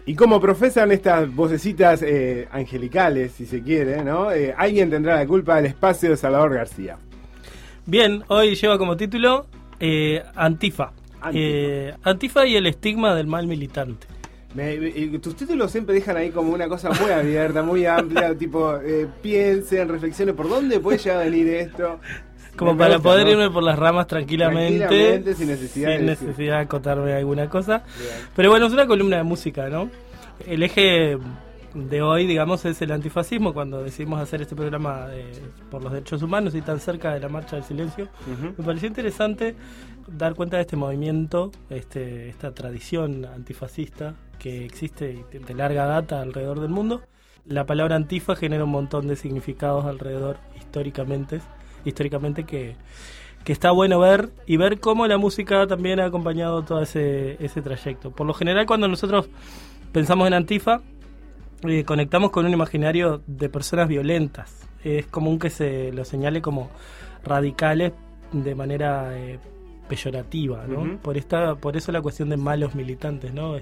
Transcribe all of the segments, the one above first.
Y como profesan estas vocecitas angelicales, si se quiere, ¿no? Alguien tendrá la culpa del espacio de Salvador García. Bien, hoy lleva como título Antifa. Antifa y el estigma del mal militante. Tus títulos siempre dejan ahí como una cosa muy abierta, muy amplia, tipo, piensen, reflexionen, ¿por dónde puede llegar a venir esto? Como para poder irme por las ramas tranquilamente sin necesidad de acotarme alguna cosa. Bien. Pero bueno, es una columna de música, ¿no? El eje de hoy, digamos, es el antifascismo. Cuando decidimos hacer este programa por los derechos humanos y tan cerca de la Marcha del Silencio, me pareció interesante dar cuenta de este movimiento, esta tradición antifascista que existe de larga data alrededor del mundo. La palabra antifa genera un montón de significados alrededor históricamente que está bueno ver cómo la música también ha acompañado todo ese trayecto. Por lo general, cuando nosotros pensamos en Antifa, conectamos con un imaginario de personas violentas. Es común que se lo señale como radicales de manera peyorativa, ¿no? Por eso la cuestión de malos militantes, ¿no?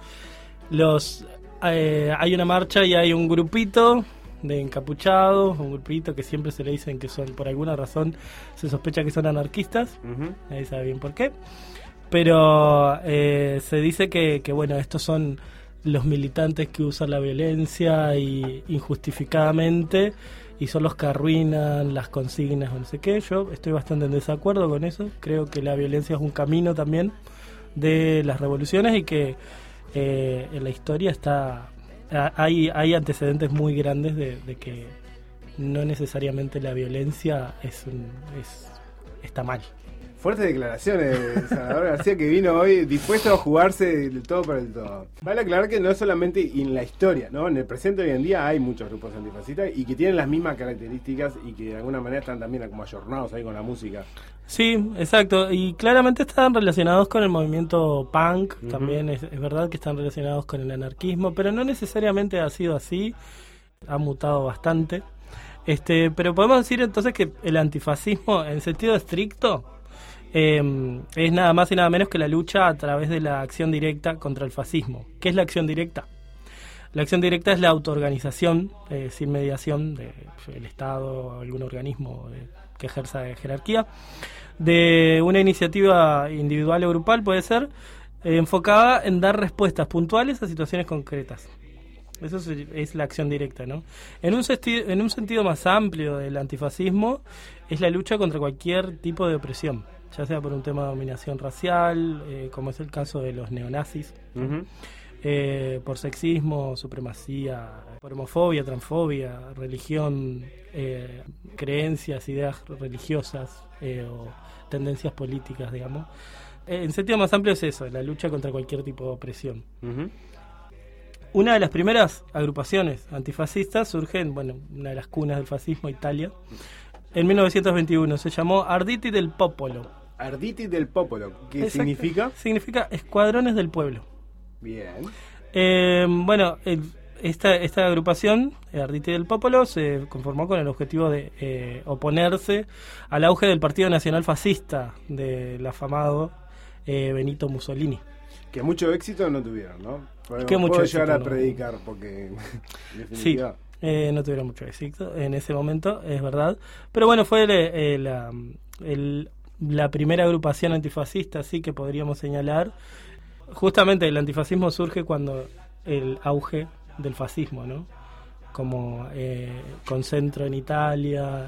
Hay una marcha y hay un grupito de encapuchados, un grupito que siempre se le dicen que son, por alguna razón se sospecha que son anarquistas, nadie sabe bien por qué, pero se dice que bueno, estos son los militantes que usan la violencia y injustificadamente, y son los que arruinan las consignas o no sé qué. Yo estoy bastante en desacuerdo con eso. Creo que la violencia es un camino también de las revoluciones y que en la historia hay antecedentes muy grandes de que no necesariamente la violencia está mal. Fuertes declaraciones de Salvador García, que vino hoy dispuesto a jugarse del todo por el todo. Vale aclarar que no es solamente en la historia, ¿no? En el presente hoy en día hay muchos grupos antifascistas y que tienen las mismas características y que de alguna manera están también como ayornados ahí con la música. Sí, exacto, y claramente están relacionados con el movimiento punk, también es verdad que están relacionados con el anarquismo, pero no necesariamente ha sido así, ha mutado bastante. Pero podemos decir entonces que el antifascismo, en sentido estricto, es nada más y nada menos que la lucha a través de la acción directa contra el fascismo. ¿Qué es la acción directa? La acción directa es la autoorganización sin mediación del Estado o algún organismo que ejerza de jerarquía, de una iniciativa individual o grupal, puede ser, enfocada en dar respuestas puntuales a situaciones concretas. Eso es la acción directa, ¿no? En un sentido más amplio del antifascismo, es la lucha contra cualquier tipo de opresión, ya sea por un tema de dominación racial, como es el caso de los neonazis, por sexismo, supremacía, por homofobia, transfobia, religión, creencias, ideas religiosas o tendencias políticas, digamos. En sentido más amplio es eso, la lucha contra cualquier tipo de opresión. Una de las primeras agrupaciones antifascistas surge en, una de las cunas del fascismo, Italia, en 1921. Se llamó Arditi del Popolo. Arditi del Popolo, ¿qué significa? Significa escuadrones del pueblo. Bien. Esta agrupación, Arditi del Popolo, se conformó con el objetivo de oponerse al auge del Partido Nacional Fascista del afamado Benito Mussolini. Que mucho éxito no tuvieron, ¿no? Que mucho puedo llegar a no. predicar, porque... Sí, no tuvieron mucho éxito en ese momento, es verdad. Pero bueno, fue la primera agrupación antifascista, así que podríamos señalar. Justamente el antifascismo surge cuando el auge del fascismo, ¿no? Como con centro en Italia,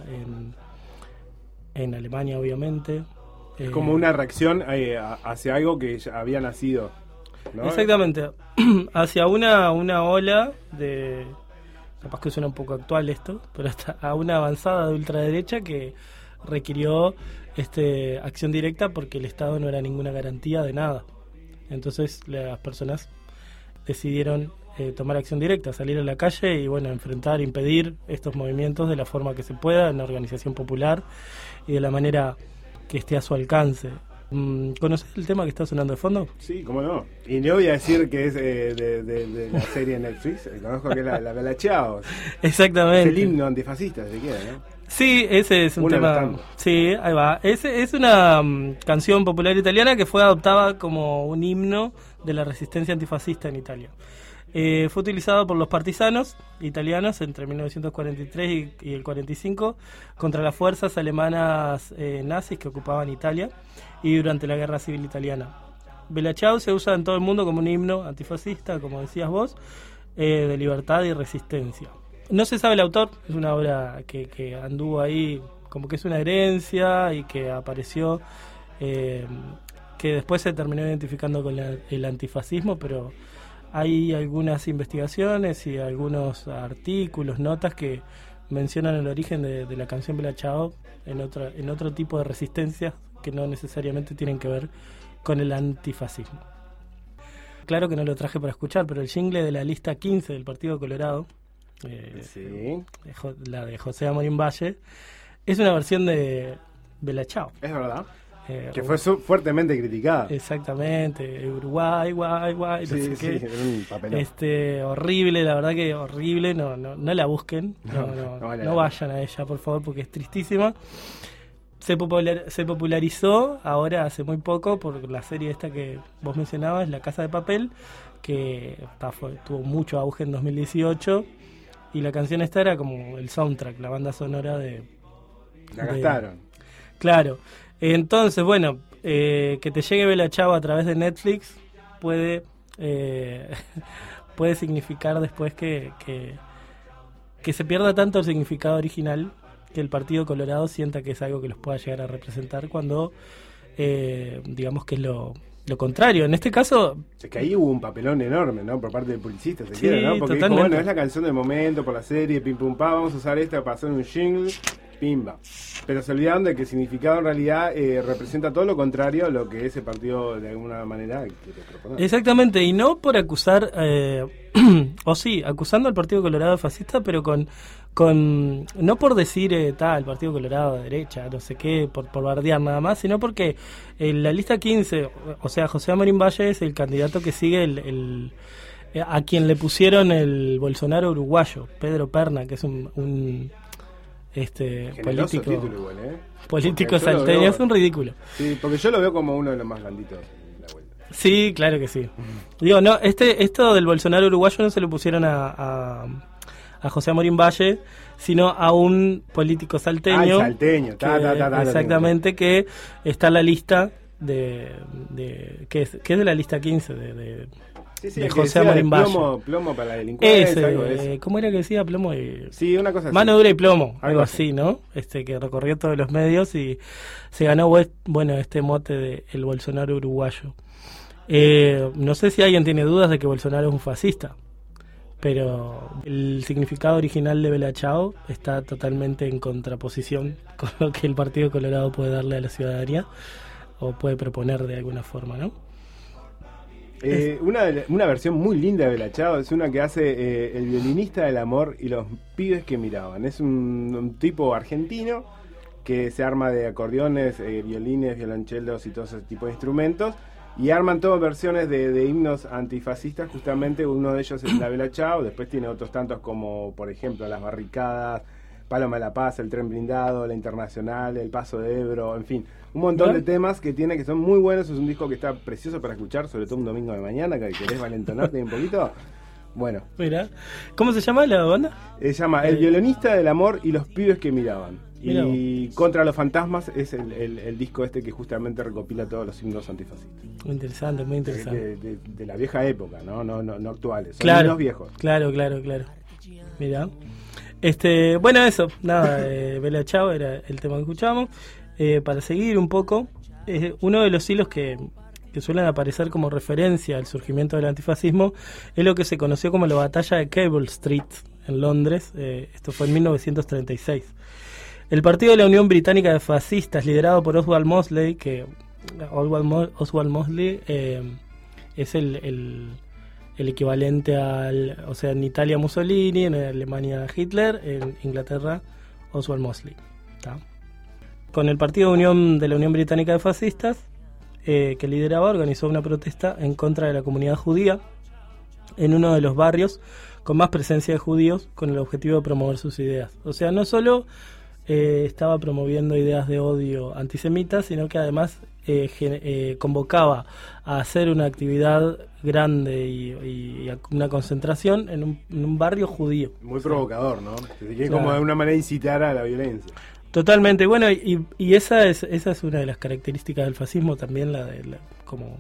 en Alemania, obviamente. Es como una reacción hacia algo que ya había nacido, ¿no? Exactamente, hacia una ola de, capaz que suena un poco actual esto, pero hasta a una avanzada de ultraderecha que requirió acción directa porque el Estado no era ninguna garantía de nada. Entonces las personas decidieron tomar acción directa, salir a la calle y enfrentar, impedir estos movimientos de la forma que se pueda, en la organización popular y de la manera que esté a su alcance. ¿Conoces el tema que está sonando de fondo? Sí, cómo no. Y no voy a decir que es de la serie Netflix, conozco que es la Belachaos. Exactamente. Es el himno antifascista, si quiere, ¿no? Sí, ese es un tema. Sí, ahí va. Es una canción popular italiana que fue adoptada como un himno de la resistencia antifascista en Italia. Fue utilizado por los partisanos italianos entre 1943 y el 45 contra las fuerzas alemanas nazis que ocupaban Italia y durante la Guerra Civil Italiana. Bella Ciao se usa en todo el mundo como un himno antifascista, como decías vos, de libertad y resistencia. No se sabe el autor, es una obra que anduvo ahí, como que es una herencia y que apareció, que después se terminó identificando con el antifascismo, pero hay algunas investigaciones y algunos artículos, notas que mencionan el origen de la canción Bella Ciao en otro tipo de resistencias que no necesariamente tienen que ver con el antifascismo. Claro que no lo traje para escuchar, pero el jingle de la lista 15 del Partido Colorado, la de José Amorín Valle, es una versión de Bella Ciao. Es verdad. Que fue fuertemente criticada. Exactamente, Uruguay, guay, sí, no sé qué. Era un papelón. Horrible, la verdad que horrible, no la busquen, no vayan a ella, por favor, porque es tristísima. Se popularizó ahora hace muy poco por la serie esta que vos mencionabas, La Casa de Papel, que tuvo mucho auge en 2018, y la canción esta era como el soundtrack, la banda sonora de... La gastaron. Claro. Entonces, bueno, que te llegue Bella Ciao a través de Netflix puede significar después que se pierda tanto el significado original, que el Partido Colorado sienta que es algo que los pueda llegar a representar cuando digamos que es lo contrario. En este caso... Es que ahí hubo un papelón enorme, ¿no? Por parte del publicista, sí, ¿no? Porque totalmente. dijo, bueno, es la canción del momento, por la serie, pim pum pa, vamos a usar esta para hacer un jingle, pimba. Pero se olvidaron de que el significado en realidad representa todo lo contrario a lo que ese partido de alguna manera quiere proponer. Exactamente, y no por acusar, o sí, acusando al Partido Colorado de fascista, pero con no por decir el Partido Colorado de derecha, no sé qué, por bardear nada más, sino porque en la lista 15, o sea, José Amorín Valle es el candidato que sigue a quien le pusieron el Bolsonaro uruguayo, Pedro Perna, que es un político igual, político salteño, es un ridículo. Sí, porque yo lo veo como uno de los más blanditos de la vuelta. Sí, claro que sí. Digo, no, esto del Bolsonaro uruguayo no se lo pusieron a José Amorín Valle, sino a un político salteño. Salteño, exactamente, que está en la lista que es de la lista 15 de José Amorín Valle. Plomo para la delincuencia, algo de eso. ¿Cómo era que decía? Plomo sí, una cosa así. Mano dura y plomo, algo así, ¿no? Que recorrió todos los medios y se ganó, bueno, este mote de el Bolsonaro uruguayo. No sé si alguien tiene dudas de que Bolsonaro es un fascista, pero el significado original de Bella Ciao está totalmente en contraposición con lo que el Partido Colorado puede darle a la ciudadanía o puede proponer de alguna forma, ¿no? Una versión muy linda de Bella Ciao es una que hace el violinista del amor y los pibes que miraban. Es un tipo argentino que se arma de acordeones, violines, violonchelos y todo ese tipo de instrumentos, y arman todas versiones de himnos antifascistas. Justamente uno de ellos es la Bella Ciao. Después tiene otros tantos como, por ejemplo, Las Barricadas, Paloma de la Paz, El Tren Blindado, La Internacional, El Paso de Ebro, en fin, un montón de temas que tiene que son muy buenos. Es un disco que está precioso para escuchar, sobre todo un domingo de mañana, que querés valentonarte un poquito. Bueno. Mira, ¿cómo se llama la banda? Se llama El Violinista del Amor y los pibes que miraban. Y Contra los fantasmas es el disco que justamente recopila todos los himnos antifascistas. Muy interesante, muy interesante. De la vieja época, no actuales, son claro, himnos viejos. Claro. Mira. Bueno, eso, nada, Bella Ciao era el tema que escuchábamos. Para seguir un poco, uno de los hilos que suelen aparecer como referencia al surgimiento del antifascismo es lo que se conoció como la batalla de Cable Street en Londres. Esto fue en 1936. El Partido de la Unión Británica de Fascistas, liderado por Oswald Mosley, Oswald Mosley es el equivalente o sea, en Italia Mussolini, en Alemania Hitler, en Inglaterra Oswald Mosley. ¿Tá? Con el Partido de la Unión Británica de Fascistas, que lideraba, organizó una protesta en contra de la comunidad judía en uno de los barrios con más presencia de judíos, con el objetivo de promover sus ideas. O sea, no solo estaba promoviendo ideas de odio antisemitas, sino que además convocaba a hacer una actividad grande y una concentración en un barrio judío. Muy provocador, ¿no? Que como de una manera incitar a la violencia. Totalmente, bueno, y esa es una de las características del fascismo también, como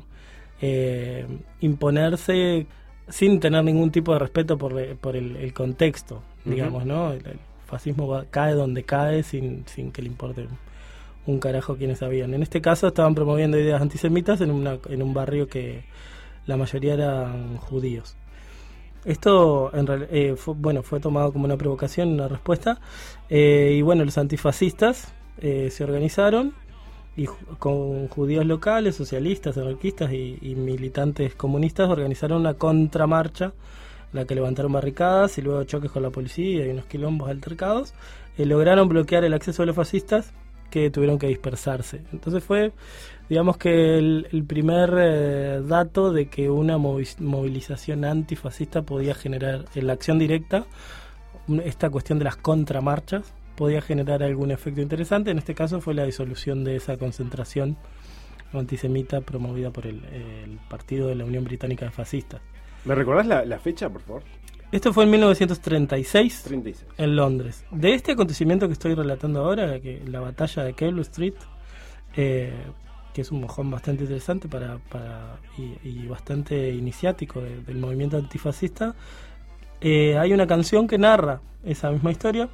imponerse sin tener ningún tipo de respeto por el contexto, digamos, ¿no? El fascismo cae donde cae sin que le importe un carajo quienes habían. En este caso estaban promoviendo ideas antisemitas en un barrio que la mayoría eran judíos. Esto fue tomado como una provocación, una respuesta, y bueno, los antifascistas se organizaron y con judíos locales, socialistas, anarquistas y militantes comunistas organizaron una contramarcha en la que levantaron barricadas y luego choques con la policía y unos quilombos altercados. Lograron bloquear el acceso de los fascistas, que tuvieron que dispersarse. Entonces fue, digamos que el primer dato de que una movilización antifascista podía generar, en la acción directa, esta cuestión de las contramarchas podía generar algún efecto interesante. En este caso fue la disolución de esa concentración antisemita promovida por el Partido de la Unión Británica de Fascistas. ¿Me recordás la fecha, por favor? Esto fue en 1936, 36. En Londres. De este acontecimiento que estoy relatando ahora, la batalla de Cable Street, que es un mojón bastante interesante y bastante iniciático del movimiento antifascista, hay una canción que narra esa misma historia.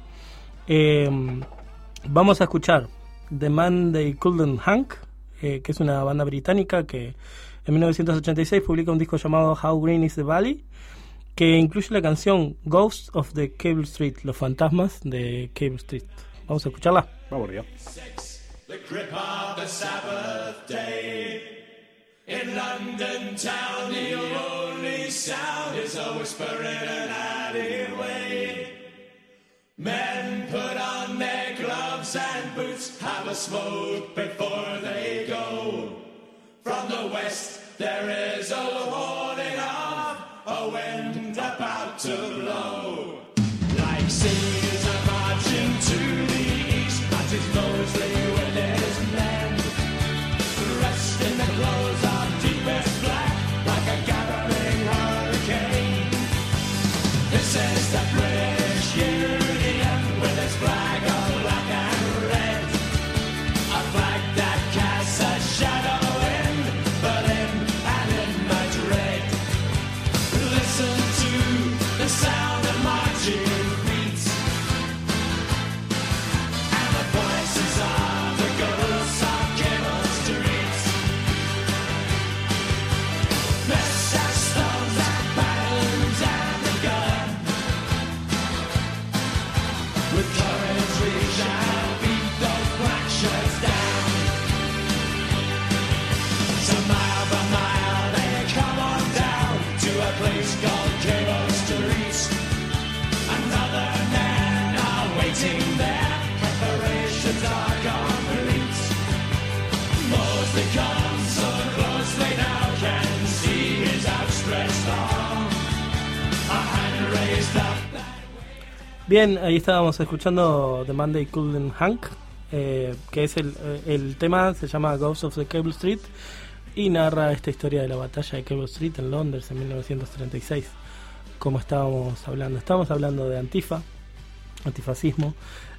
Vamos a escuchar The Man They Couldn't Hang, que es una banda británica que en 1986 publica un disco llamado How Green is the Valley, que incluye la canción Ghosts of the Cable Street, los fantasmas de Cable Street. Vamos a escucharla. Vamos arriba. The grip of the Sabbath day. In London town, the only sound is a whisper in an alleyway. Men put on their gloves and boots, have a smoke before they go. From the west there is a warning of a wind about to blow. Like seas are marching to the east, at his Mosley with his men, dressed in the clothes of deepest black, like a gathering hurricane. This is the British Union with its flag of black and red, a flag that casts a shadow in Berlin and in Madrid. Listen to the sound of marching beats and the voices of the ghosts of Cable Street. Precious stones and battles and the gun. With courage we shall beat those black shirts down. So mile by mile they come on down to a place called Cable Street. Another men are waiting there, preparations are complete. Mosley comes so close they now can see his outstretched arm, a hand raised up. Bien, ahí estábamos escuchando The Man They Couldn't Hang, que es el tema, se llama Ghosts of the Cable Street, y narra esta historia de la batalla de Cable Street en Londres en 1936. Como estábamos hablando de antifascismo,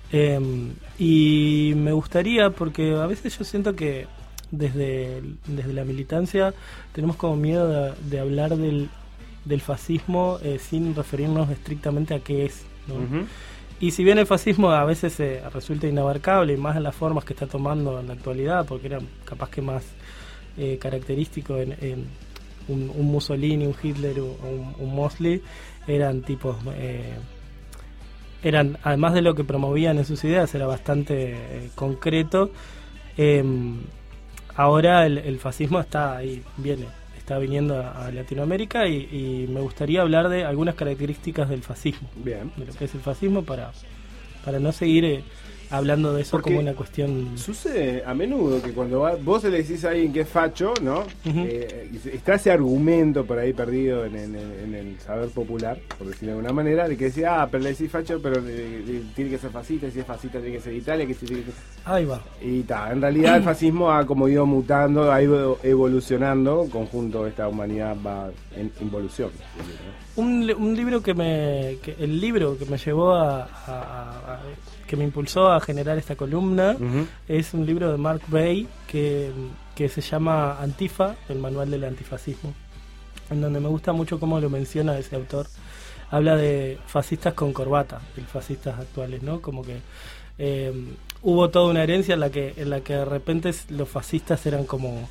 y me gustaría, porque a veces yo siento que desde la militancia tenemos como miedo de hablar del fascismo sin referirnos estrictamente a qué es, ¿no? Uh-huh. Y si bien el fascismo a veces resulta inabarcable, y más en las formas que está tomando en la actualidad, porque era capaz que más característico en un Mussolini, un Hitler o un Mosley, eran tipos, además de lo que promovían en sus ideas, era bastante concreto. Ahora el fascismo está ahí, está viniendo a Latinoamérica, y me gustaría hablar de algunas características del fascismo. Bien. De lo que es el fascismo para no seguir hablando de eso Porque como una cuestión... sucede a menudo que cuando vos le decís a alguien que es facho, ¿no? Ujú. Está ese argumento por ahí perdido en el saber popular, por decirlo de alguna manera, de que decía, pero le decís facho, pero tiene que ser fascista, y si es fascista tiene que ser de Italia, que si tiene que... Ahí va. Y en realidad el fascismo ha como ido mutando, ha ido evolucionando, conjunto de esta humanidad va en involución. Un libro el libro que me llevó que me impulsó a generar esta columna es un libro de Mark Bay que se llama Antifa, el manual del antifascismo, en donde me gusta mucho cómo lo menciona ese autor. Habla de fascistas con corbata, de fascistas actuales, ¿no? Como que hubo toda una herencia en la que de repente los fascistas eran como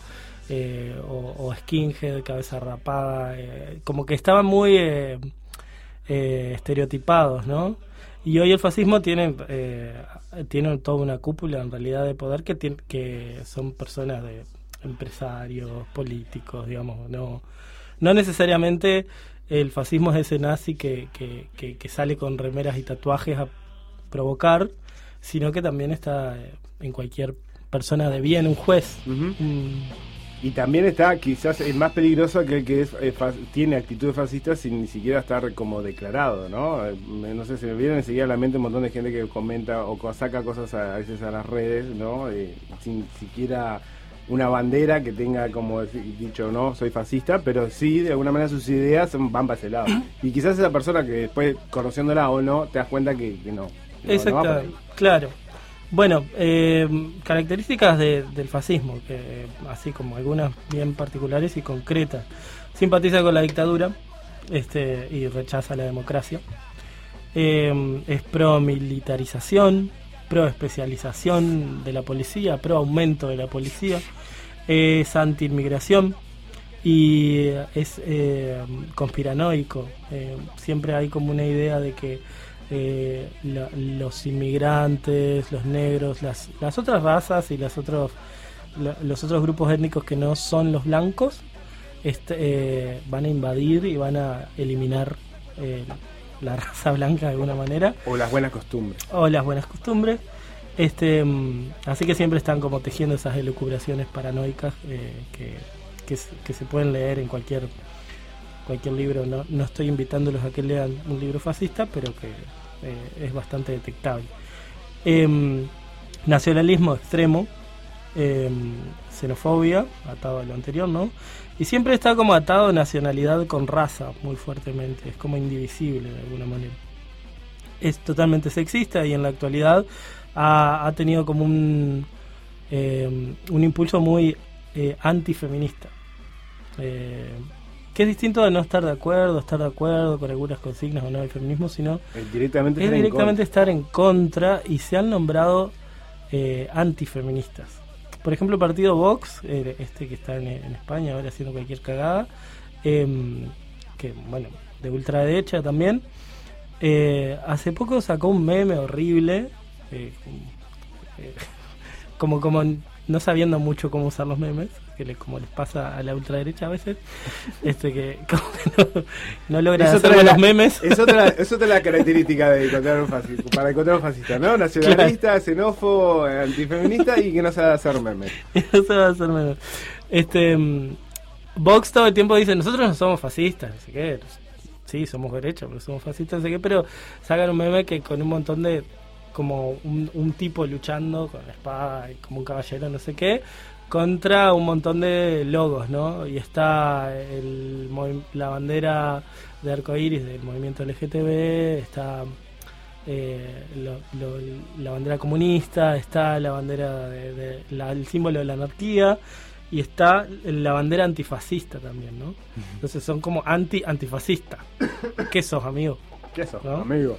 o skinhead, cabeza rapada, como que estaban muy estereotipados, ¿no? Y hoy el fascismo tiene toda una cúpula en realidad de poder que son personas de empresarios, políticos, digamos, no necesariamente el fascismo es ese nazi que sale con remeras y tatuajes a provocar, sino que también está en cualquier persona de bien, un juez. Y también está, quizás es más peligroso aquel que tiene actitudes fascistas sin ni siquiera estar como declarado, ¿no? No sé, se me viene enseguida a la mente un montón de gente que comenta o saca cosas a veces a las redes, ¿no? Sin siquiera una bandera que tenga como dicho, no, soy fascista, pero sí, de alguna manera sus ideas van para ese lado. Y quizás esa persona que después, conociéndola o no, te das cuenta que no. Exacto, no claro. Bueno, características del fascismo, que así como algunas bien particulares y concretas. Simpatiza con la dictadura y rechaza la democracia. Es pro militarización, pro especialización de la policía, pro aumento de la policía. Es anti inmigración y es conspiranoico. Siempre hay como una idea de que los inmigrantes, los negros, las otras razas y los otros grupos étnicos que no son los blancos van a invadir y van a eliminar la raza blanca de alguna manera. O las buenas costumbres. Así que siempre están como tejiendo esas elucubraciones paranoicas que se pueden leer en cualquier libro. No estoy invitándolos a que lean un libro fascista, pero que es bastante detectable. Nacionalismo extremo, xenofobia, atado a lo anterior, ¿no? Y siempre está como atado a nacionalidad con raza muy fuertemente, es como indivisible de alguna manera. Es totalmente sexista y en la actualidad ha tenido como un impulso muy antifeminista. Que es distinto de no estar de acuerdo con algunas consignas o no del feminismo, sino directamente estar en contra, y se han nombrado antifeministas. Por ejemplo, el partido Vox, que está en España ahora haciendo cualquier cagada, que bueno, de ultraderecha también, hace poco sacó un meme horrible, como no sabiendo mucho cómo usar los memes, como les pasa a la ultraderecha a veces, que como que no logra hacer los memes. Es otra la característica de encontrar un fascista, para encontrar un fascista, ¿no? Nacionalista, claro. Xenófobo, antifeminista y que no sabe hacer memes. Vox todo el tiempo dice, nosotros no somos fascistas, no sé qué. Sí, somos derechos, pero somos fascistas, no sé qué, pero sacan un meme que con un montón de como un tipo luchando con la espada y como un caballero, no sé qué, contra un montón de logos, ¿no? Y está la bandera de arcoíris del movimiento LGTB, está la bandera comunista, está la bandera el símbolo de la anarquía, y está la bandera antifascista también, ¿no? Entonces son como antifascista. ¿Qué sos, amigo? ¿Qué sos, ¿no? amigo?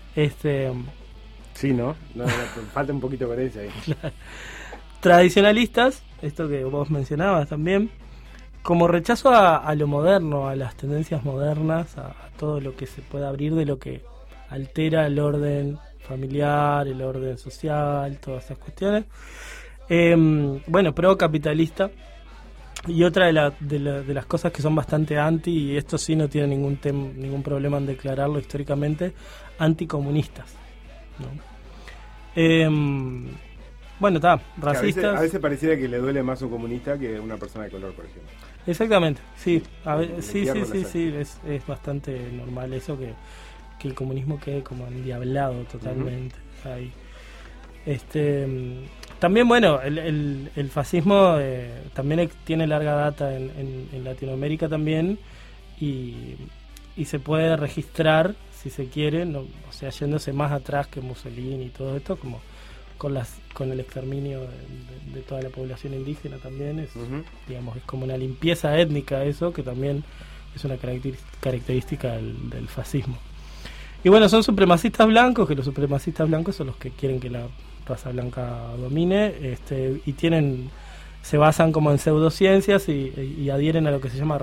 Sí, ¿no? Falta un poquito de coherencia ahí. Tradicionalistas, esto que vos mencionabas también, como rechazo a lo moderno, a las tendencias modernas, a todo lo que se puede abrir de lo que altera el orden familiar, el orden social, todas esas cuestiones. Bueno, pro-capitalista. Y otra de las cosas que son bastante anti, y esto sí no tiene ningún problema en declararlo históricamente, anticomunistas, ¿no? Bueno, está, Que racistas. a veces pareciera que le duele más un comunista que una persona de color, por ejemplo. Exactamente, sí. Me Sí, hierro sí, la sí, es bastante normal eso que el comunismo quede como endiablado totalmente ahí. También, bueno, el fascismo también tiene larga data en Latinoamérica también y se puede registrar, si se quiere, o sea, yéndose más atrás que Mussolini y todo esto, como con el exterminio de toda la población indígena también, digamos, es como una limpieza étnica eso, que también es una característica del fascismo. Y bueno, son supremacistas blancos, que los supremacistas blancos son los que quieren que la raza blanca domine, y se basan como en pseudociencias y adhieren a lo que se llama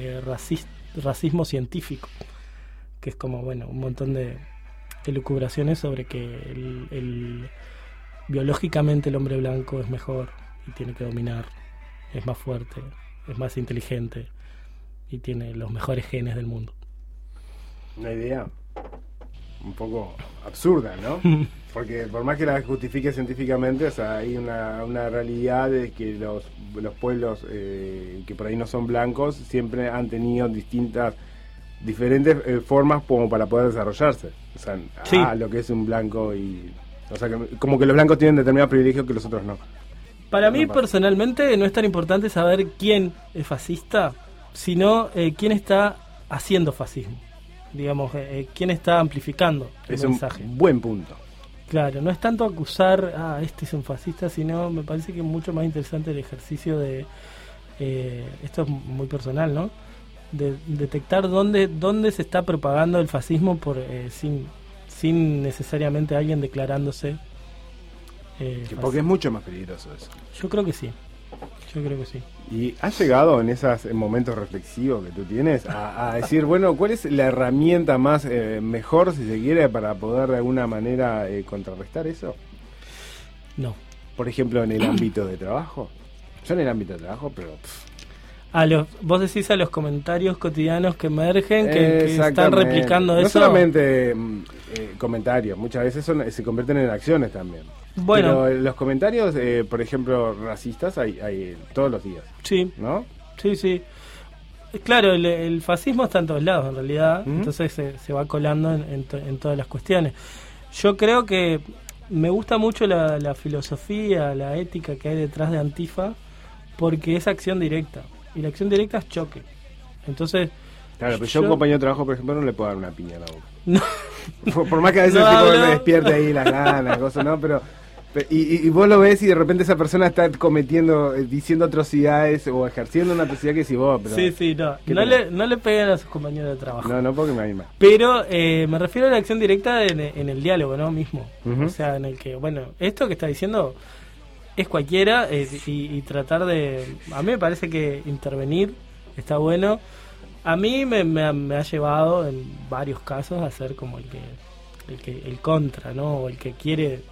racismo científico, que es como, bueno, un montón de elucubraciones sobre que biológicamente el hombre blanco es mejor y tiene que dominar, es más fuerte, es más inteligente y tiene los mejores genes del mundo. Una idea un poco absurda, ¿no? Porque por más que la justifique científicamente, o sea, hay una realidad de que los pueblos que por ahí no son blancos siempre han tenido diferentes formas como para poder desarrollarse. O sea, sí. Lo que es un blanco y... O sea, como que los blancos tienen determinados privilegios que los otros no. Para mí, personalmente, no es tan importante saber quién es fascista, sino quién está haciendo fascismo. Digamos, quién está amplificando el mensaje. Es un buen punto. Claro, no es tanto acusar, este es un fascista, sino me parece que es mucho más interesante el ejercicio de, esto es muy personal, ¿no? De detectar dónde se está propagando el fascismo sin necesariamente alguien declarándose. Porque es mucho más peligroso eso. Yo creo que sí. ¿Y has llegado en esos momentos reflexivos que tú tienes a decir, bueno, cuál es la herramienta más mejor, si se quiere, para poder de alguna manera contrarrestar eso? No. Por ejemplo, en el ámbito de trabajo. Yo en el ámbito de trabajo, pero... Vos decís a los comentarios cotidianos que emergen, que están replicando eso. No solamente comentarios, muchas veces se convierten en acciones también. Bueno, pero los comentarios, por ejemplo, racistas, hay todos los días. Sí. ¿No? Sí. Claro, el fascismo está en todos lados, en realidad. Entonces se va colando en todas las cuestiones. Yo creo que me gusta mucho la filosofía, la ética que hay detrás de Antifa, porque es acción directa. Y la acción directa es choque. Entonces... Claro, pero yo a un compañero de trabajo, por ejemplo, no le puedo dar una piña a la boca. No. Por más que a veces me despierte ahí las ganas, cosas, ¿no? Pero y vos lo ves y de repente esa persona está diciendo atrocidades o ejerciendo una atrocidad que si vos... Pero, sí, no. No le peguen a sus compañeros de trabajo. No, porque me anima. Pero me refiero a la acción directa en el diálogo, ¿no? Mismo. O sea, en el que, bueno, esto que está diciendo... es cualquiera y tratar de... A mí me parece que intervenir está bueno. A mí me ha llevado en varios casos a ser como el contra, ¿no? O el que quiere,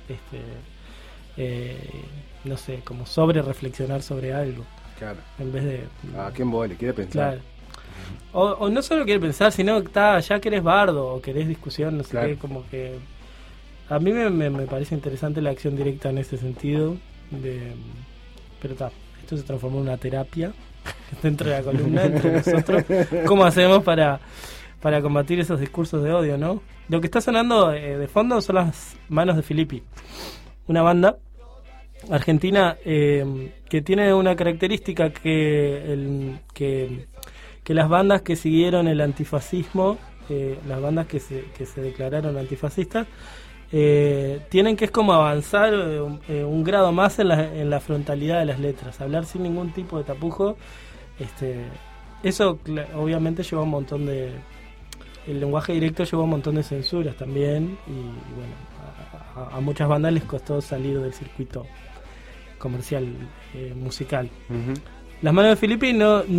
no sé, como sobre reflexionar sobre algo. Claro. En vez de... qué embole, quiere pensar. Claro. O no solo quiere pensar, sino que ya querés bardo o querés discusión, no sé claro. qué, como que... A mí me parece interesante la acción directa en ese sentido. Pero esto se transformó en una terapia dentro de la columna, entre nosotros. ¿Cómo hacemos para combatir esos discursos de odio, no? Lo que está sonando de fondo son las Manos de Filippi, una banda argentina que tiene una característica que las bandas que siguieron el antifascismo, las bandas que se declararon antifascistas, tienen que es como avanzar un grado más en la frontalidad de las letras, hablar sin ningún tipo de tapujo. Eso obviamente lleva un montón de... El lenguaje directo lleva un montón de censuras también y bueno, a muchas bandas les costó salir del circuito comercial musical. Las Manos de Filippi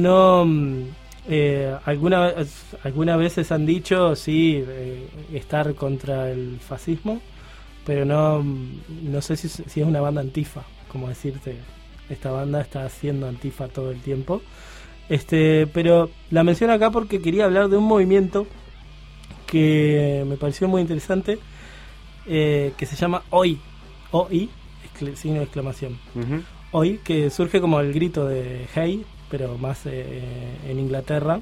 algunas veces han dicho sí, estar contra el fascismo, pero no sé si es una banda antifa, como decirte, esta banda está haciendo antifa todo el tiempo. Pero la menciono acá porque quería hablar de un movimiento que me pareció muy interesante, que se llama Oi, OI, signo de exclamación. Ujú. Oi, que surge como el grito de hey, pero más en Inglaterra,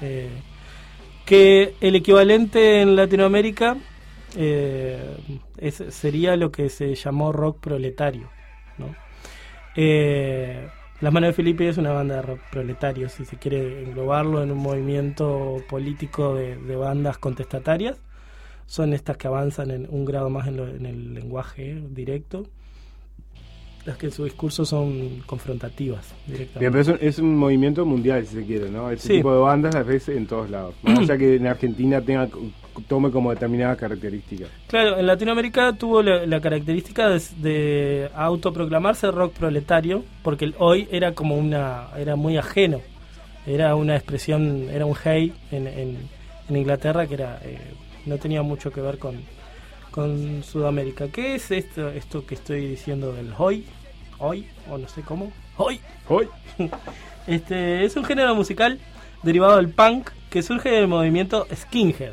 que el equivalente en Latinoamérica sería lo que se llamó rock proletario, ¿no? Las Manos de Felipe es una banda de rock proletario, si se quiere englobarlo en un movimiento político de bandas contestatarias. Son estas que avanzan en un grado más en el lenguaje directo, las que en su discurso son confrontativas directamente. Bien, pero es un movimiento mundial, si se quiere, ¿no? Este Sí. tipo de bandas las ves en todos lados. Más allá que en Argentina tome como determinadas características. Claro, en Latinoamérica tuvo la característica de autoproclamarse rock proletario, porque el hoy era como era muy ajeno, era una expresión, era un hey en Inglaterra que era no tenía mucho que ver con Sudamérica. ¿Qué es esto que estoy diciendo del hoy o no sé cómo? Hoy. ¡Hoy! Es un género musical derivado del punk que surge del movimiento skinhead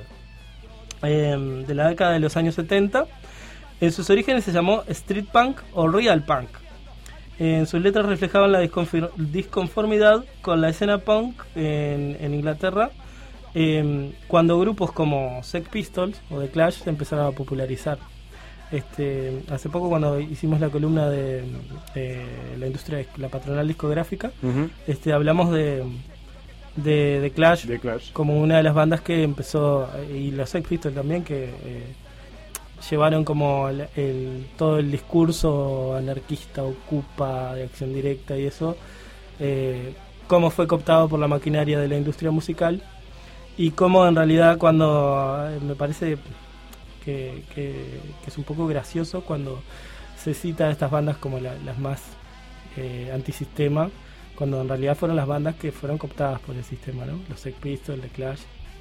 de la década de los años 70. En sus orígenes se llamó street punk o real punk. En sus letras reflejaban la disconformidad con la escena punk en Inglaterra, cuando grupos como Sex Pistols o The Clash se empezaron a popularizar. Hace poco, cuando hicimos la columna de la industria, la patronal discográfica, Ujú. hablamos de Clash, The Clash. como una de las bandas que empezó, y los Sex Pistols también, que llevaron como todo el discurso anarquista, ocupa, de acción directa y eso, cómo fue cooptado por la maquinaria de la industria musical, y cómo en realidad cuando me parece que es un poco gracioso cuando se cita a estas bandas como las más antisistema, cuando en realidad fueron las bandas que fueron cooptadas por el sistema, ¿no? Los Sex Pistols, The Clash,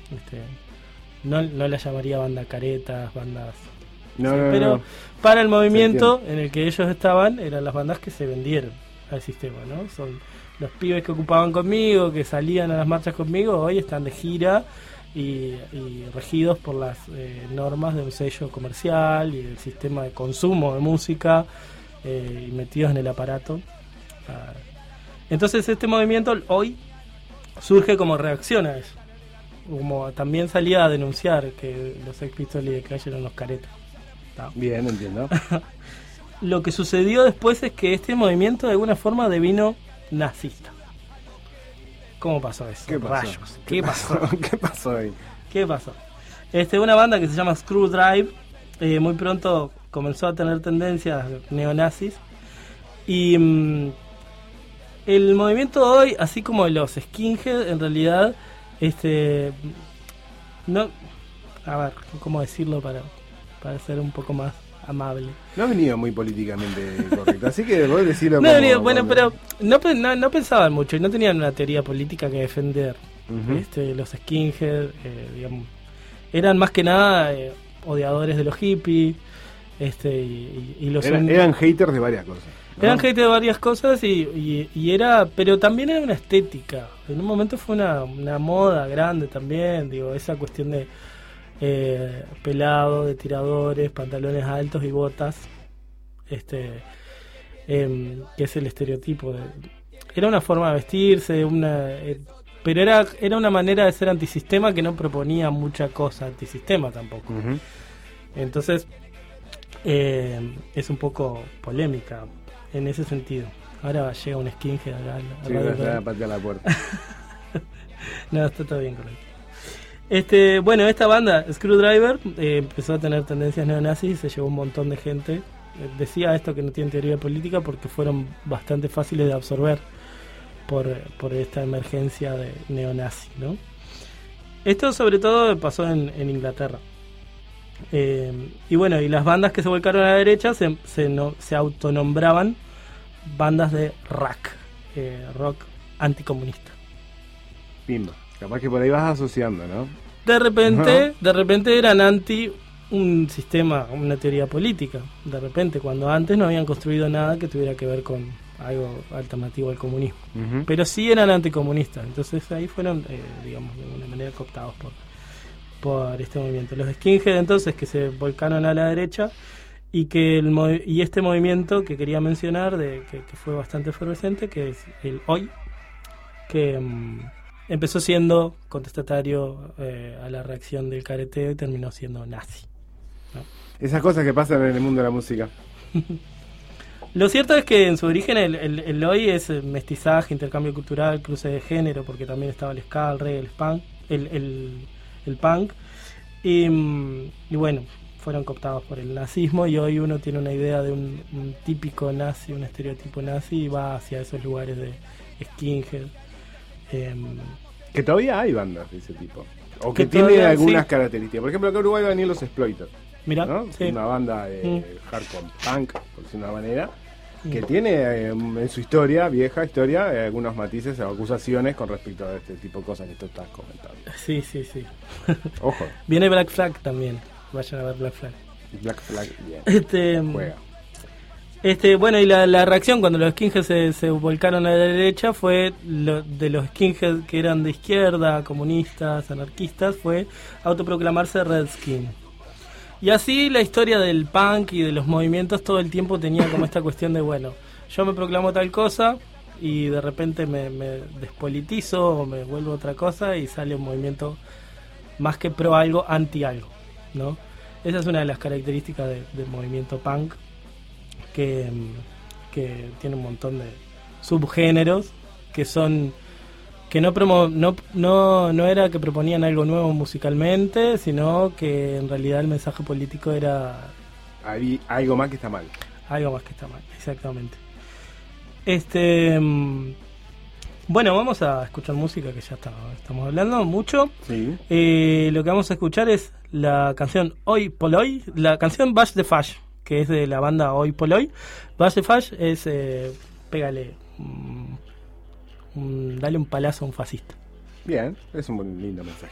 no las llamaría banda caretas, bandas... No, sí, no, pero no. para el movimiento en el que ellos estaban, eran las bandas que se vendieron al sistema, ¿no? Son los pibes que ocupaban conmigo, que salían a las marchas conmigo, hoy están de gira y regidos por las normas de un sello comercial y del sistema de consumo de música, y metidos en el aparato. Entonces este movimiento hoy surge como reacción a eso, como también salía a denunciar que los Sex Pistols y The Clash eran los caretas. ¿Tá? Bien, entiendo. Lo que sucedió después es que este movimiento de alguna forma devino nazista. ¿Cómo pasó eso? ¿Qué pasó? Rayos. ¿Qué pasó? ¿Qué pasó ahí? ¿Qué pasó? Una banda que se llama Screwdrive muy pronto comenzó a tener tendencias neonazis, y el movimiento hoy, así como los skinhead, en realidad no, a ver, ¿cómo decirlo para ser un poco más amable? No ha venido muy políticamente correcto, así que vos decirlo No, como... bueno, pero no pensaban mucho y no tenían una teoría política que defender. Ujú. Los skinhead, digamos, eran más que nada odiadores de los hippies, y los Eran haters de varias cosas, ¿no? eran haters de varias cosas y era, pero también era una estética. En un momento fue una moda grande también, digo, esa cuestión de pelado, de tiradores, pantalones altos y botas, que es el estereotipo era una forma de vestirse, pero era una manera de ser antisistema que no proponía mucha cosa antisistema tampoco. Ujú. Entonces es un poco polémica en ese sentido. Ahora llega un skinhead acá Sí, Radio está Red. a patear la puerta. No, está todo bien con él. Bueno, esta banda, Screwdriver, empezó a tener tendencias neonazis y se llevó un montón de gente. Decía esto que no tiene teoría política porque fueron bastante fáciles de absorber por esta emergencia de neonazi, ¿no? Esto sobre todo pasó en Inglaterra. Y bueno, y las bandas que se volcaron a la derecha se autonombraban bandas de rock anticomunista. Pimba. Capaz que por ahí vas asociando, ¿no? De repente eran anti un sistema, una teoría política. De repente, cuando antes no habían construido nada que tuviera que ver con algo alternativo al comunismo. Ujú. Pero sí eran anticomunistas. Entonces ahí fueron, digamos, de alguna manera cooptados por este movimiento. Los skinhead entonces que se volcaron a la derecha y que este movimiento que quería mencionar, que fue bastante efervescente, que es el Hoy, que empezó siendo contestatario a la reacción del careteo y terminó siendo nazi, ¿no? Esas cosas que pasan en el mundo de la música. Lo cierto es que en su origen el Hoy es mestizaje, intercambio cultural, cruce de género, porque también estaba el ska, el reggae, el punk, y bueno, fueron cooptados por el nazismo, y hoy uno tiene una idea de un típico nazi, un estereotipo nazi, y va hacia esos lugares de skinhead. Que todavía hay bandas de ese tipo, o que todavía, tienen algunas sí, características. Por ejemplo, acá en Uruguay van a venir los Exploiters, mirá, ¿no? sí. Una banda de hardcore punk, por decirlo de una manera, que tiene en su historia, vieja historia, algunos matices o acusaciones con respecto a este tipo de cosas que tú estás comentando. Sí. Ojo. Viene Black Flag también, vayan a ver Black Flag. Black Flag, bien. Juega. Bueno, y la reacción cuando los skinheads se volcaron a la derecha fue de los skinheads que eran de izquierda, comunistas, anarquistas, fue autoproclamarse Redskin. Y así la historia del punk y de los movimientos todo el tiempo tenía como esta cuestión de, bueno, yo me proclamo tal cosa y de repente me despolitizo o me vuelvo otra cosa y sale un movimiento más que pro algo, anti algo, ¿no? Esa es una de las características del movimiento punk, que tiene un montón de subgéneros que son que no era que proponían algo nuevo musicalmente, sino que en realidad el mensaje político era hay algo más que está mal. Algo más que está mal, exactamente. Bueno, vamos a escuchar música, que ya estamos hablando mucho. Sí. Lo que vamos a escuchar es la canción Hoy Poloi, la canción Bash the Fash, que es de la banda Hoy Poloi. Bash the Fash es pégale, dale un palazo a un fascista. Bien, es un buen, lindo mensaje.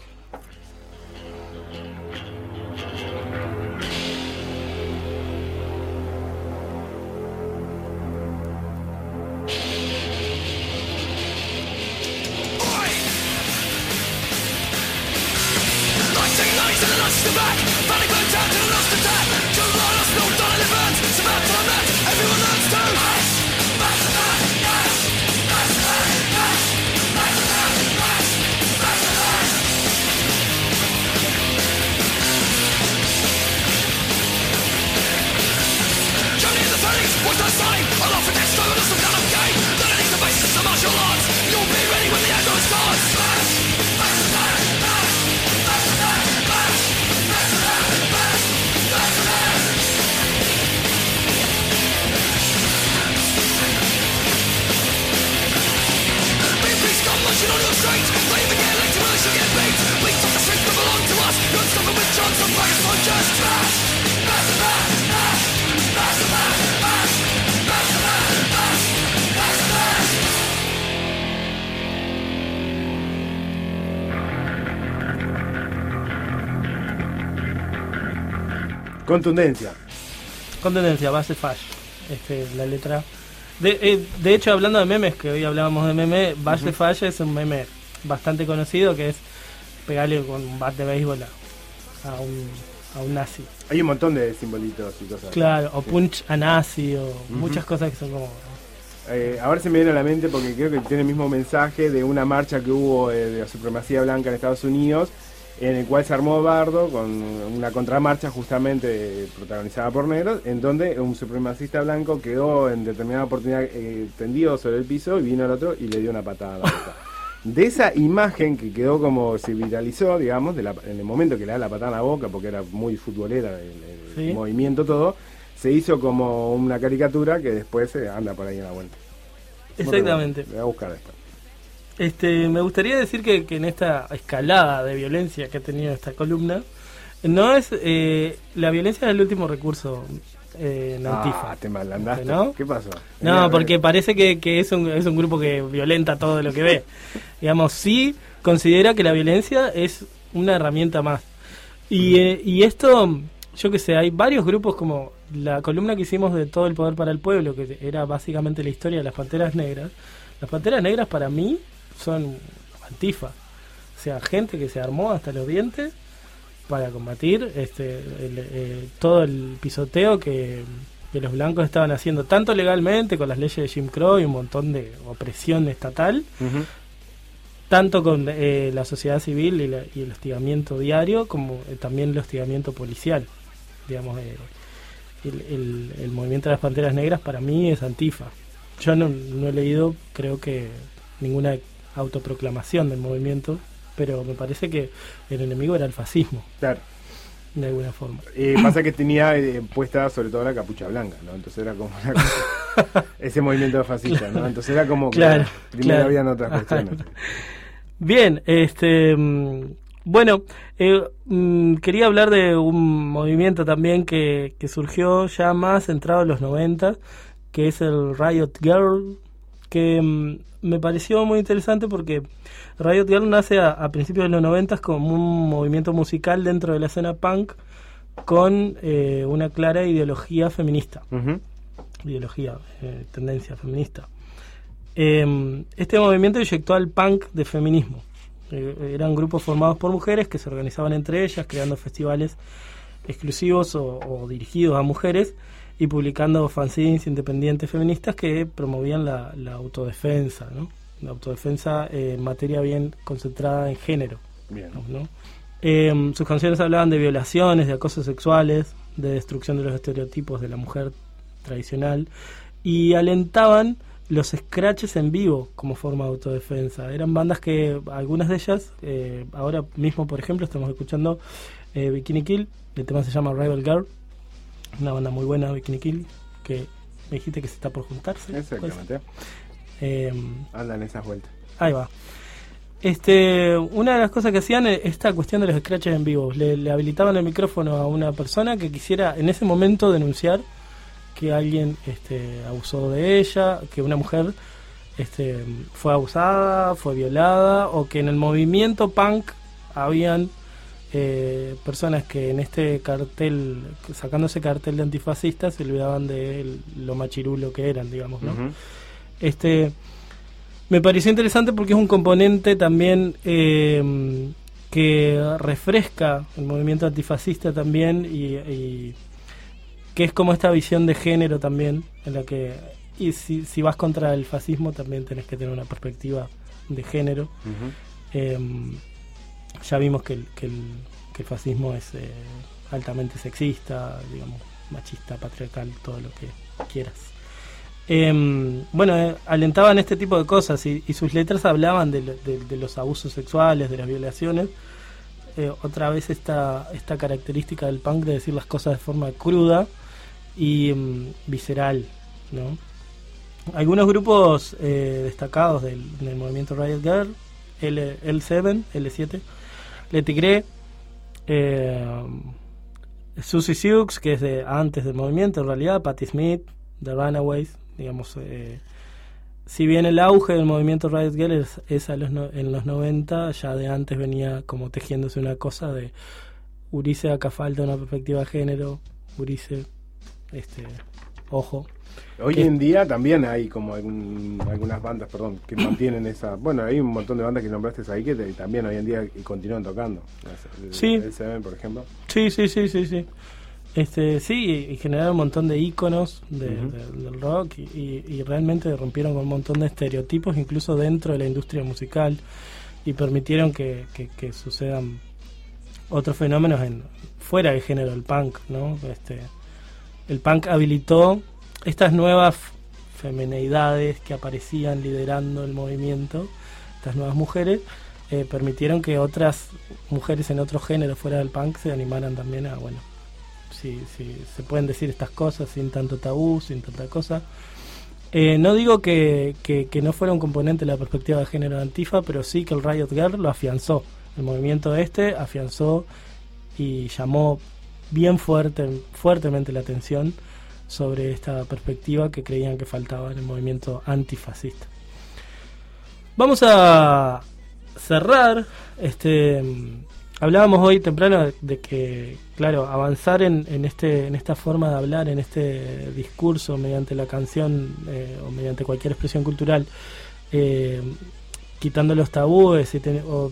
Contundencia, base Fash, la letra. De hecho, hablando de memes, que hoy hablábamos de meme, Bash the Fash es un meme bastante conocido, que es pegarle con un bat de béisbol a un nazi. Hay un montón de simbolitos y cosas. Claro, o punch a nazi, o muchas cosas que son como... ahora se me viene a la mente porque creo que tiene el mismo mensaje de una marcha que hubo de la supremacía blanca en Estados Unidos, en el cual se armó bardo con una contramarcha justamente protagonizada por negros, en donde un supremacista blanco quedó en determinada oportunidad tendido sobre el piso y vino el otro y le dio una patada a la boca. De esa imagen que quedó como se viralizó, digamos, en el momento que le da la patada en la boca, porque era muy futbolera el movimiento todo, se hizo como una caricatura que después anda por ahí en la vuelta. Exactamente. Le voy a buscar después. Me gustaría decir que en esta escalada de violencia que ha tenido esta columna, no es la violencia es el último recurso en Antifa. Te malandaste, ¿no? ¿Qué pasó? No, porque parece que es un grupo que violenta todo lo que ve. Digamos, sí considera que la violencia es una herramienta más. Y esto, yo que sé, hay varios grupos como la columna que hicimos de Todo el Poder para el Pueblo, que era básicamente la historia de las Panteras Negras. Las Panteras Negras para mí son Antifa, o sea, gente que se armó hasta los dientes para combatir todo el pisoteo que los blancos estaban haciendo, tanto legalmente con las leyes de Jim Crow y un montón de opresión estatal, tanto con la sociedad civil y el hostigamiento diario, como también el hostigamiento policial. Digamos, el movimiento de las Panteras Negras para mí es Antifa. Yo no he leído, creo que, ninguna autoproclamación del movimiento, pero me parece que el enemigo era el fascismo. Claro. De alguna forma. Pasa que tenía puesta sobre todo la capucha blanca, ¿no? Entonces era como ese movimiento fascista, ¿no? Entonces era como que primero habían otras cuestiones. Bien, bueno, quería hablar de un movimiento también que surgió ya más entrado en los 90, que es el Riot Girl, que me pareció muy interesante porque Riot Girl nace a principios de los 90 como un movimiento musical dentro de la escena punk con una clara ideología feminista, tendencia feminista. Este movimiento inyectó al punk de feminismo. Eran grupos formados por mujeres que se organizaban entre ellas, creando festivales exclusivos o dirigidos a mujeres y publicando fanzines independientes feministas que promovían la autodefensa, ¿no? La autodefensa en materia bien concentrada en género. Bien. ¿No? Sus canciones hablaban de violaciones, de acosos sexuales, de destrucción de los estereotipos de la mujer tradicional y alentaban los scratches en vivo como forma de autodefensa. Eran bandas que, algunas de ellas, ahora mismo por ejemplo estamos escuchando Bikini Kill, el tema se llama Rival Girl, una banda muy buena, Bikini Kill, que me dijiste que se está por juntarse. Exactamente. Andan esas vueltas. Ahí va. Una de las cosas que hacían es esta cuestión de los scratches en vivo. Le habilitaban el micrófono a una persona que quisiera en ese momento denunciar que alguien abusó de ella, que una mujer fue abusada, fue violada, o que en el movimiento punk habían personas que en este cartel, sacando ese cartel de antifascistas, se olvidaban de lo machirulo que eran, digamos, ¿no? Me pareció interesante porque es un componente también que refresca el movimiento antifascista también y que es como esta visión de género también, en la que si vas contra el fascismo también tenés que tener una perspectiva de género. Ya vimos que el fascismo es altamente sexista, digamos, machista, patriarcal, todo lo que quieras. Alentaban este tipo de cosas y sus letras hablaban de los abusos sexuales, de las violaciones. Otra vez esta característica del punk de decir las cosas de forma cruda y visceral, ¿no? Algunos grupos destacados del movimiento Riot Girl, L7, Le Tigre, Susie Sioux, que es de antes del movimiento en realidad, Patti Smith, The Runaways, digamos, si bien el auge del movimiento Riot Girl es en los 90, ya de antes venía como tejiéndose una cosa de Urice, acá falta una perspectiva de género, Urice, ojo. Hoy en día también hay como algunas bandas, que mantienen esa... Bueno, hay un montón de bandas que nombraste ahí que también hoy en día continúan tocando. Sí. El Seven, por ejemplo. Sí. Sí, y generaron un montón de íconos del rock y realmente rompieron con un montón de estereotipos, incluso dentro de la industria musical, y permitieron que sucedan otros fenómenos fuera del género del punk, ¿no? El punk habilitó estas nuevas femineidades que aparecían liderando el movimiento, estas nuevas mujeres, permitieron que otras mujeres en otros géneros fuera del punk se animaran también a, bueno, si se pueden decir estas cosas sin tanto tabú, sin tanta cosa. No digo que no fuera un componente de la perspectiva de género de Antifa, pero sí que el Riot Girl lo afianzó. El movimiento afianzó y llamó bien fuertemente la atención sobre esta perspectiva que creían que faltaba en el movimiento antifascista. Vamos a cerrar. Hablábamos hoy temprano de que, claro, avanzar en esta forma de hablar, en este discurso mediante la canción o mediante cualquier expresión cultural, quitando los tabúes o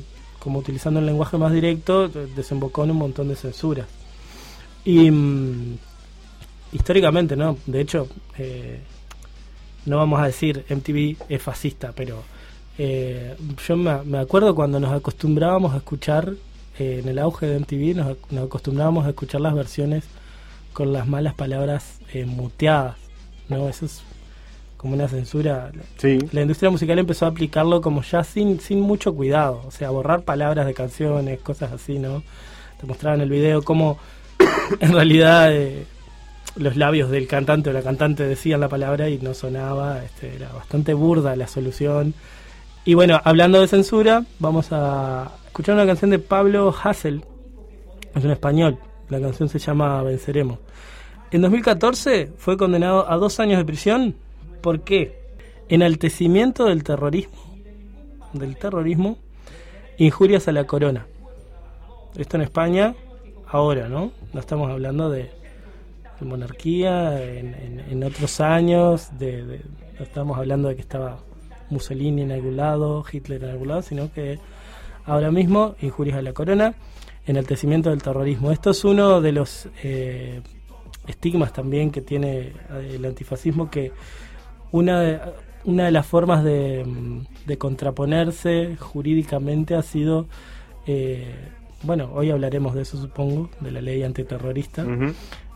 como utilizando el lenguaje más directo, desembocó en un montón de censuras. Y históricamente, ¿no? De hecho, no vamos a decir MTV es fascista, pero yo me acuerdo cuando nos acostumbrábamos a escuchar, en el auge de MTV, nos acostumbrábamos a escuchar las versiones con las malas palabras muteadas, ¿no? Eso es como una censura. Sí. La industria musical empezó a aplicarlo como ya sin mucho cuidado, o sea, borrar palabras de canciones, cosas así, ¿no? Te mostraban en el video cómo en realidad los labios del cantante o la cantante decían la palabra y no sonaba, era bastante burda la solución. Y bueno, hablando de censura, vamos a escuchar una canción de Pablo Hasél, es un español, la canción se llama Venceremos. En 2014 fue condenado a 2 años de prisión. ¿Por qué? Enaltecimiento del terrorismo, injurias a la corona. Esto en España, ahora, ¿no? No estamos hablando de monarquía en otros años, no estamos hablando de que estaba Mussolini en algún lado, Hitler en algún lado, sino que ahora mismo, injurias a la corona, enaltecimiento del terrorismo. Esto es uno de los estigmas también que tiene el antifascismo, que una de las formas de contraponerse jurídicamente ha sido, bueno, hoy hablaremos de eso, supongo, de la ley antiterrorista. Uh-huh.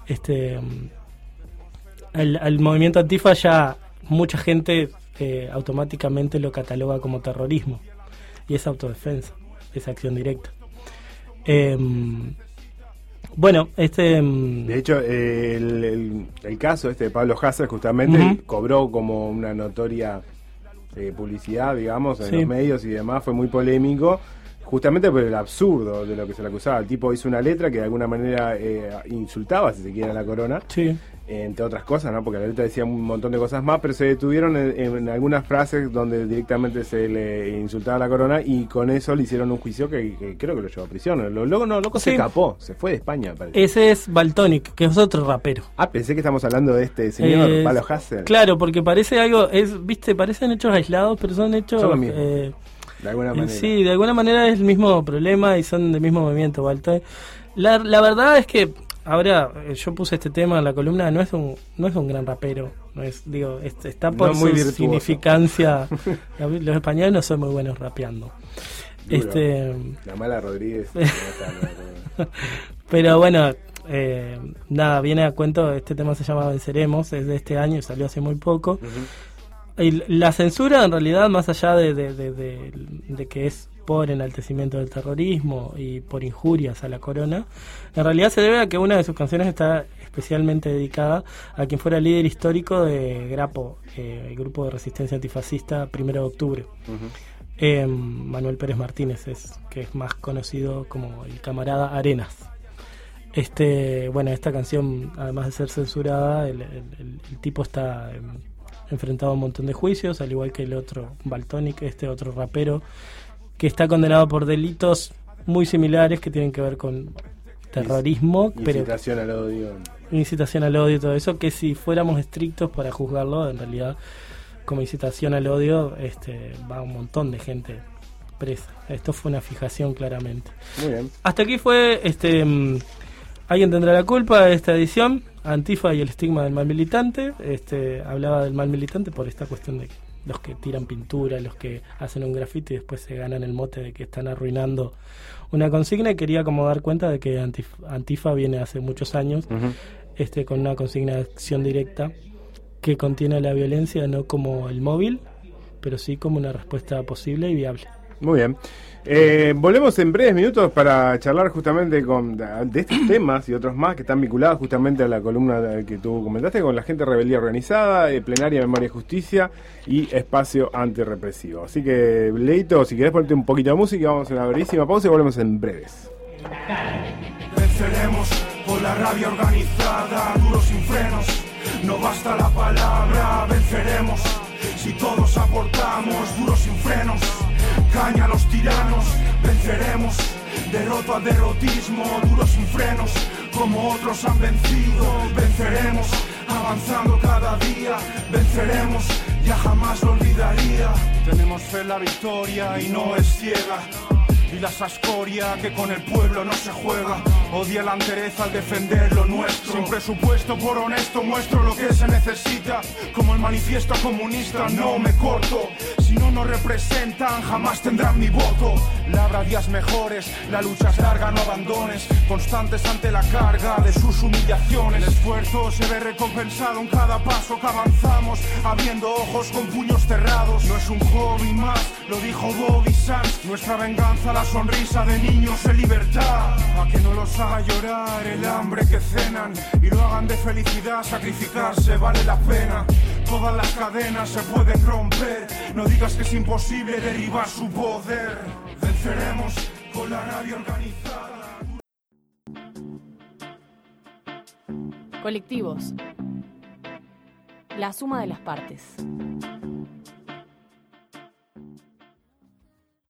Al movimiento Antifa ya mucha gente automáticamente lo cataloga como terrorismo, y es autodefensa, es acción directa. Bueno, de hecho, el caso de Pablo Hasél justamente uh-huh. cobró como una notoria publicidad, digamos, en los medios y demás, fue muy polémico, justamente por el absurdo de lo que se le acusaba. El tipo hizo una letra que de alguna manera insultaba, si se quiere, a la corona. Sí. Entre otras cosas, ¿no? Porque la letra decía un montón de cosas más, pero se detuvieron en algunas frases donde directamente se le insultaba a la corona, y con eso le hicieron un juicio que creo que lo llevó a prisión. Loco se escapó, se fue de España, parece. Ese es Valtonic, que es otro rapero. Ah, pensé que estamos hablando de este señor, Pablo Hasél. Claro, porque parece algo, parecen hechos aislados, pero son hechos... Son lo mismo. De alguna manera. Sí, de alguna manera es el mismo problema y son del mismo movimiento, Valtonic. La verdad es que ahora yo puse este tema en la columna, no es un gran rapero, está por su significancia. Los españoles no son muy buenos rapeando. La mala Rodríguez. Pero bueno, nada, viene a cuento, este tema se llama Venceremos, es de este año y salió hace muy poco. Uh-huh. Y la censura, en realidad, más allá de que es por enaltecimiento del terrorismo y por injurias a la corona, en realidad se debe a que una de sus canciones está especialmente dedicada a quien fuera líder histórico de Grapo, el grupo de resistencia antifascista 1 de octubre. Uh-huh. Manuel Pérez Martínez, que es más conocido como el camarada Arenas. Bueno, esta canción, además de ser censurada, el tipo está enfrentado a un montón de juicios, al igual que el otro Valtonic, otro rapero, que está condenado por delitos muy similares que tienen que ver con terrorismo, incitación al odio. Incitación al odio y todo eso, que si fuéramos estrictos para juzgarlo, en realidad como incitación al odio va un montón de gente presa. Esto fue una fijación claramente. Muy bien. Hasta aquí fue Alguien tendrá la culpa de esta edición, Antifa y el estigma del mal militante. Hablaba del mal militante por esta cuestión de los que tiran pintura, los que hacen un grafiti y después se ganan el mote de que están arruinando una consigna, y quería como dar cuenta de que Antifa viene hace muchos años uh-huh. Con una consigna de acción directa que contiene la violencia no como el móvil, pero sí como una respuesta posible y viable. Muy bien. Volvemos en breves minutos para charlar justamente de estos temas y otros más que están vinculados justamente a la columna que tú comentaste, con la gente de Rebeldía Organizada, Plenaria Memoria y Justicia y Espacio Antirrepresivo. Así que, Leito, si querés ponerte un poquito de música, vamos a una brevísima pausa y volvemos en breves. Venceremos por la rabia organizada, duros sin frenos, no basta la palabra. Venceremos si todos aportamos, duros sin frenos, caña a los tiranos. Venceremos, derrota al derrotismo, duros sin frenos, como otros han vencido. Venceremos, avanzando cada día. Venceremos, ya jamás lo olvidaría. Tenemos fe en la victoria y no es ciega. y la escoria que con el pueblo no se juega. Odia la entereza al defender lo nuestro. Sin presupuesto por honesto muestro lo que se necesita. Como el manifiesto comunista no me corto. Si no nos representan jamás tendrán mi voto. Labra días mejores, la lucha es larga, no abandones. Constantes ante la carga de sus humillaciones. El esfuerzo se ve recompensado en cada paso que avanzamos, abriendo ojos con puños cerrados. No es un hobby más, lo dijo Bobby Sands. Nuestra venganza, la sonrisa de niños en libertad. A que no los haga llorar el hambre que cenan y lo hagan de felicidad, sacrificarse vale la pena. Todas las cadenas se pueden romper, no digas que es imposible derribar su poder. Venceremos con la rabia organizada. Colectivos. La suma de las partes.